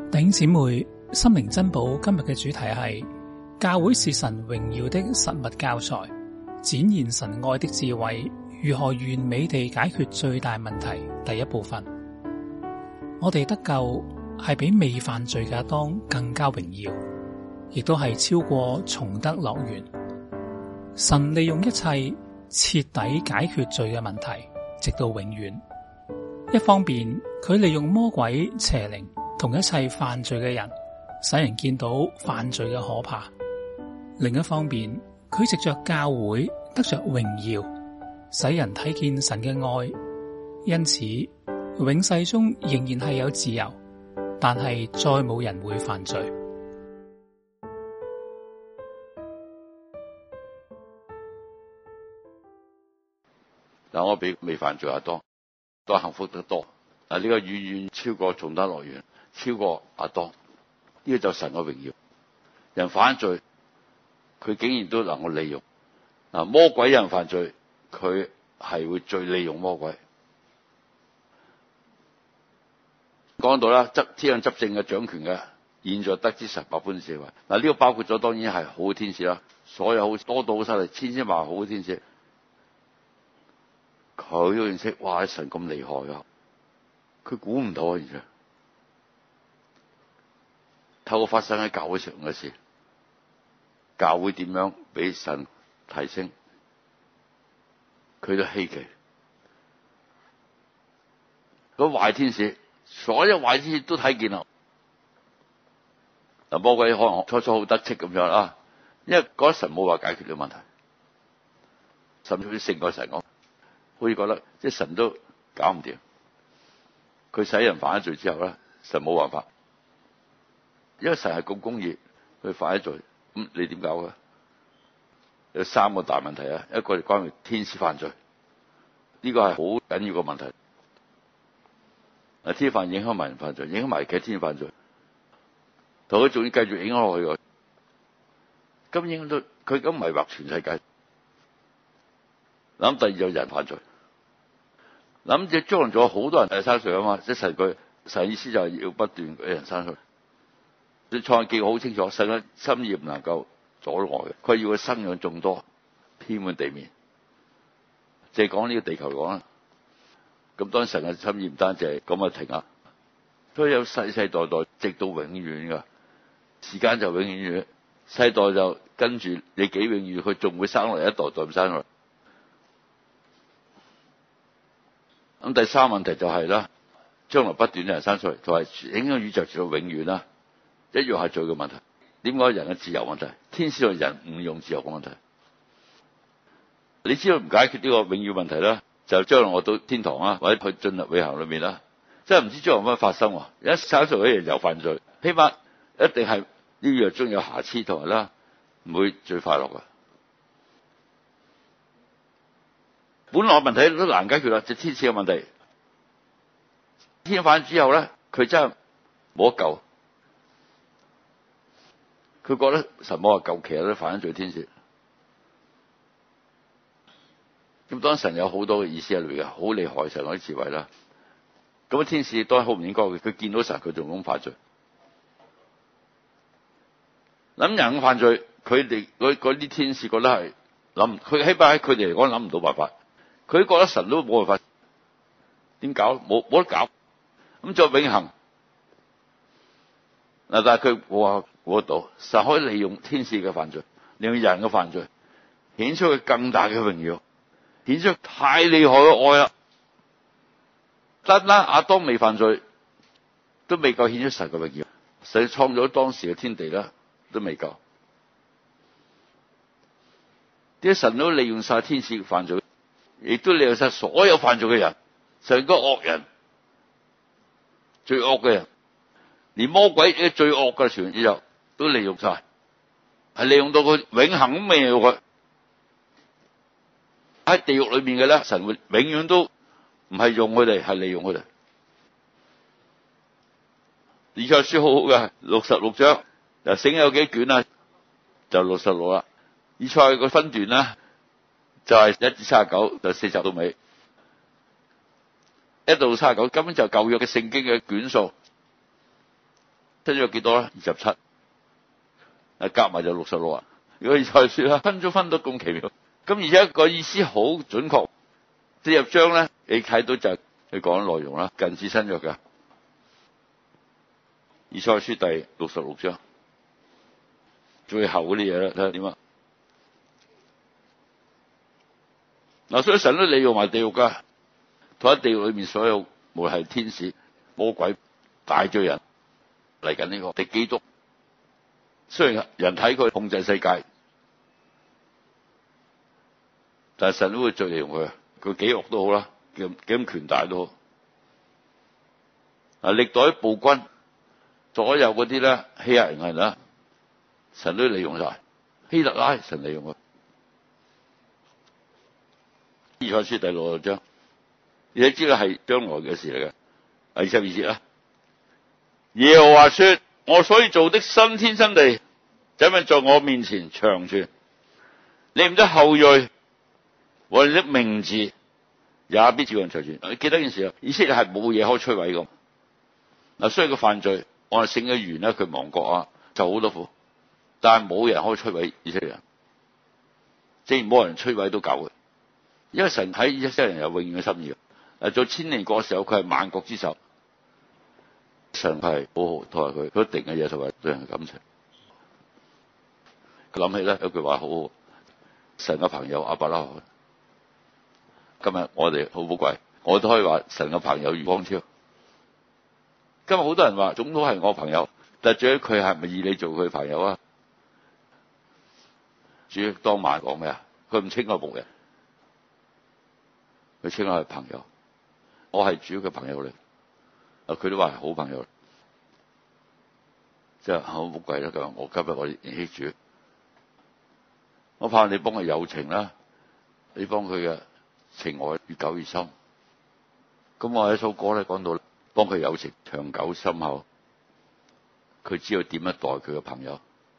弟兄姊妹，心靈珍寶今日嘅主題係教會是神榮耀的實物教材，展現神愛的智慧，如何完美地解決最大問題。第一部分，我哋得救係比未犯罪嘅亞當更加榮耀，亦都係超過重得樂園。神利用一切徹底解決罪嘅問題，直到永遠。一方面，佢利用魔鬼邪靈同一切犯罪嘅人，使人見到犯罪嘅可怕；另一方面，佢藉着教會得着榮耀，使人睇見神嘅愛。因此，永世中仍然係有自由，但係再冇人會犯罪。 但我比未犯罪亞當都幸福得多。呢個遠遠超過重得樂園，超過亞當。呢個就神嘅榮耀。人犯罪，佢竟然都能夠利用。魔鬼人犯罪，佢係會最利用魔鬼。講到啦，天上執政嘅掌權嘅，現在得知神百般智慧。呢個包括咗當然係好嘅天使啦，所有好多到好犀利，千千萬好嘅天使。佢都認識，哇！神咁厲害啊！佢估唔到啊！而家透過發生喺教會上嘅事，教會點樣俾神提升，佢都稀奇。嗰壞天使，所有壞天使都睇見啦。魔鬼可能初初好得戚咁樣啦，因為覺得神冇話解決呢個問題，甚至乎勝過神講。好似覺得即係神都搞唔掂，佢使人犯咗罪之後咧，神冇辦法，因為神係咁公義，佢犯咗罪，咁你點搞嘅？有三個大問題啊，一個係關於天使犯罪，呢個係好緊要嘅問題。天犯影響埋人犯罪，影響埋其他天使犯罪，同佢仲要繼續影響落去嘅，咁影響到佢咁迷惑全世界。諗第二就人犯罪，諗住將來仲有好多人係生水啊嘛，即係神意思就係要不斷俾人生水。你創記好清楚，神嘅心意唔能夠阻礙嘅，佢要佢生養眾多，遍滿地面。即係講呢個地球嚟講啦，咁當然神嘅心意唔單止係咁啊停啊，都有世世代代直到永遠噶，時間就永遠，世代就跟住你幾永遠，佢仲會生落嚟一代代咁生落嚟。咁第三問題就係啦，將來不斷有人生出嚟，同埋影響宇宙直到永遠啦，一樣係罪嘅問題。點解人嘅自由問題？天使同人唔用自由嘅問題。你知道唔解決呢個永遠問題啦，就將來我到天堂啊，或者去進入永恆裏面啦，真係唔知將來有乜發生。一生出嚟嘅人又犯罪，起碼一定係呢樣中有瑕疵，同埋啦唔會最快樂嘅。本來問題都難解決啦，就天使嘅問題。天犯之後咧，佢真係冇得救。佢覺得神冇話救，其實都犯咗罪天使。咁當神有好多嘅意思喺裏面嘅，好厲害神嗰啲智慧啦。咁天使當然好唔應該嘅，佢見到神佢仲咁犯罪。諗人犯罪，佢哋嗰啲天使覺得係諗，佢起碼喺佢哋嚟講諗唔到辦法。佢覺得神都冇辦法，點搞？冇得搞。咁再永恆嗱，但係佢冇話估得到，神可以利用天使嘅犯罪，利用人嘅犯罪，顯出佢更大嘅榮耀，顯出太厲害嘅愛啦。單亞當未犯罪，都未夠顯出神嘅榮耀。神創造當時嘅天地啦，都未夠。啲神都利用晒天使嘅犯罪。亦都利用晒所有犯罪嘅人，成個惡人，最惡嘅人，連魔鬼啲最惡嘅全宇宙都利用晒，係利用到佢永恆都未用佢。喺地獄裏面嘅咧，神會永遠都唔係用佢哋，係利用佢哋。以賽亞書好好嘅，66章，聖經有幾卷啊？就66啦。以賽亞個分段啦。就係1至39，就40到尾，1到39根本就舊約嘅聖經嘅卷數。 新約幾多咧？27，夾埋就66啊。如果以賽書啦，分得咁奇妙，咁而且個意思好準確。4章咧，你睇到就係佢講內容啦，近似新約嘅。以賽書第66章，最後嗰啲嘢啦，睇下點啊？嗱，所以神都利用埋地獄噶，同喺地獄裏面所有無論係天使、魔鬼、大罪人嚟緊呢個敵基督。雖然人睇佢控制世界，但係神都會最利用佢，佢幾惡都好啦，幾咁權大都好。歷代暴君，所有嗰啲咧欺壓人嘅人啦，神都利用晒。希特拉神利用佢。以賽書第66章，你知道係將來嘅事嚟嘅。22節啦，耶和華說：我所以做的新天新地，怎樣在我面前長存？你們的後裔和你的名字也必照樣長存。你記得件事啊，以色列係冇嘢可以摧毀咁。嗱，雖然佢犯罪，按聖嘅原咧，佢亡國啊，就好多苦，但係冇人可以摧毀以色列人，正如冇人摧毀到教會，因為神喺以色列人有永遠嘅心意。做千年國嘅時候，佢係萬國之首，神係好好同埋佢一定嘅嘢同埋對人嘅感情。佢諗起咧有句話好好，神嘅朋友亞伯拉罕。今日我哋好寶貴，我都可以話神嘅朋友余光超。今日好多人話總統係我朋友，但係最佢係咪以你做佢朋友啊？主當晚講咩啊？佢唔稱我僕人，佢稱我係朋友。我係主嘅朋友嚟，佢都話係好朋友，即係好寶貴啦。佢話我今日我認識主，我怕你幫佢友情啦，你幫佢嘅情愛越久越深。咁我喺首歌咧講到，幫佢友情長久深厚，佢知道點樣待佢嘅朋友，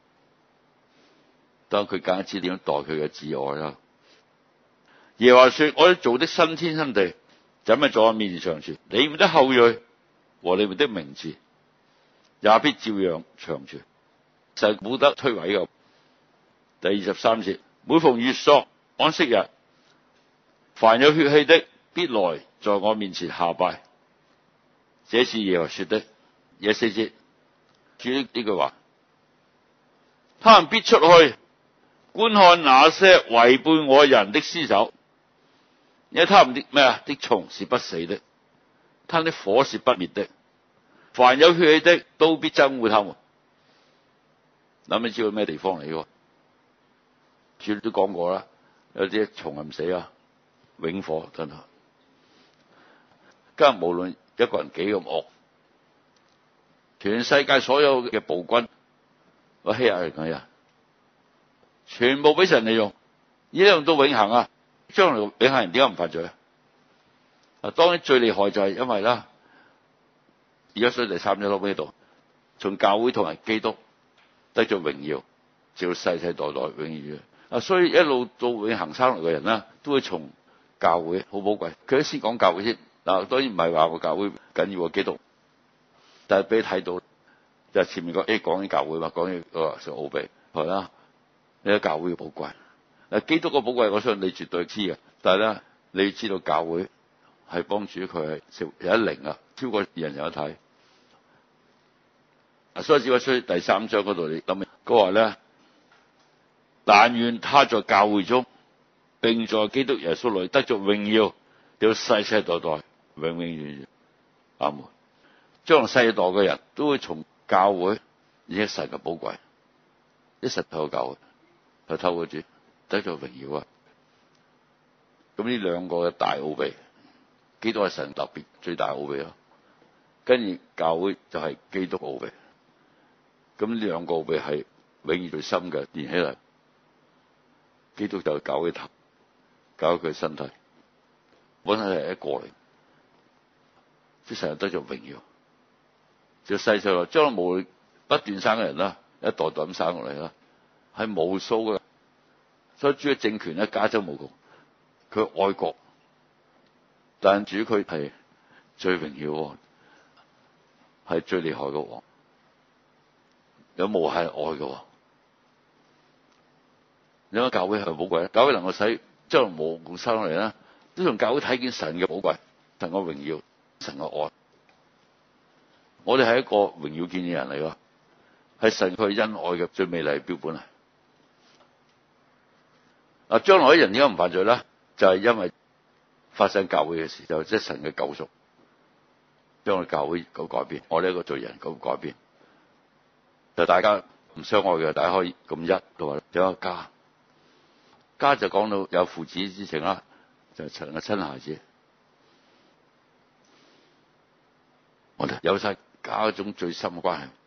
當佢更加知點樣待佢嘅摯愛啦。耶和華說：我要做的新天新地，怎樣在我面前長存？你們的後裔和你們的名字也必照樣長存，就係冇得摧毀嘅。第23節，每逢月朔安息日，凡有血氣的必來在我面前下拜，這是耶和華說的。24節，主呢句話，他們必出去觀看那些違背我人的屍首。因為他們的咩啊？的蟲是不死的，他們的火是不滅的。凡有血氣的，都必憎惡他們。諗你知道咩地方嚟嘅？主都講過啦，有啲蟲係唔死啊，永火真係。今日無論一個人幾咁惡，全世界所有嘅暴君，我欺壓人嘅人，全部俾神利用，依啲用到永恆啊！將來永恆人點解唔犯罪啊？當然最厲害就係因為啦，而家所以第3章喺度，從教會同埋基督得咗榮耀，直到世世代代永遠啊！所以一路到永恆生來嘅人啦，都會從教會好寶貴。佢先講教會先嗱，當然唔係話個教會緊要過基督，但係俾你睇到就係前面講講緊教會嘛，講緊個上奧秘係啦，你個教會嘅寶貴。基督個寶貴，我相信你絕對知嘅。但係咧，你知道教會係幫主，佢係有一靈啊，超過人有一體。所以只話出第3章嗰度，你諗佢話咧，但願他在教會中，並在基督耶穌裏得着榮耀，到世世代代，永永遠遠。阿門。將來世代嘅人都會從教會而且神嘅寶貴，一實透過教會，就透過主。得咗榮耀啊！咁呢兩個嘅大奧秘，基督係神特別最大奧秘咯。跟住教會就係基督奧秘。咁呢兩個奧秘係永遠最深嘅連起嚟。基督就係教會頭，教會佢身體，本身係一個嚟，即係成日得咗榮耀。就世世代將來無不斷生嘅人啦，一代代咁生落嚟啦，係無數嘅。所以主嘅政權咧加州無窮，佢愛國，但主佢係最榮耀，係最厲害嘅王， 有無限愛嘅。你講教會係寶貴，教會能夠使將來無共生嚟啦，都從教會睇見神嘅寶貴、神嘅榮耀、神嘅愛。我哋係一個榮耀見證人嚟噶，係神佢恩愛嘅最美麗標本啊！嗱，將來啲人點解唔犯罪咧？就係因為發生教會嘅事，就即係神嘅救贖，將我哋教會個改變，我哋一個罪人個改變，就大家唔相愛嘅，大家可以咁一同埋有一個家。家就講到有父子之情啦，就係神嘅親孩子。我哋有晒家一種最深嘅關係。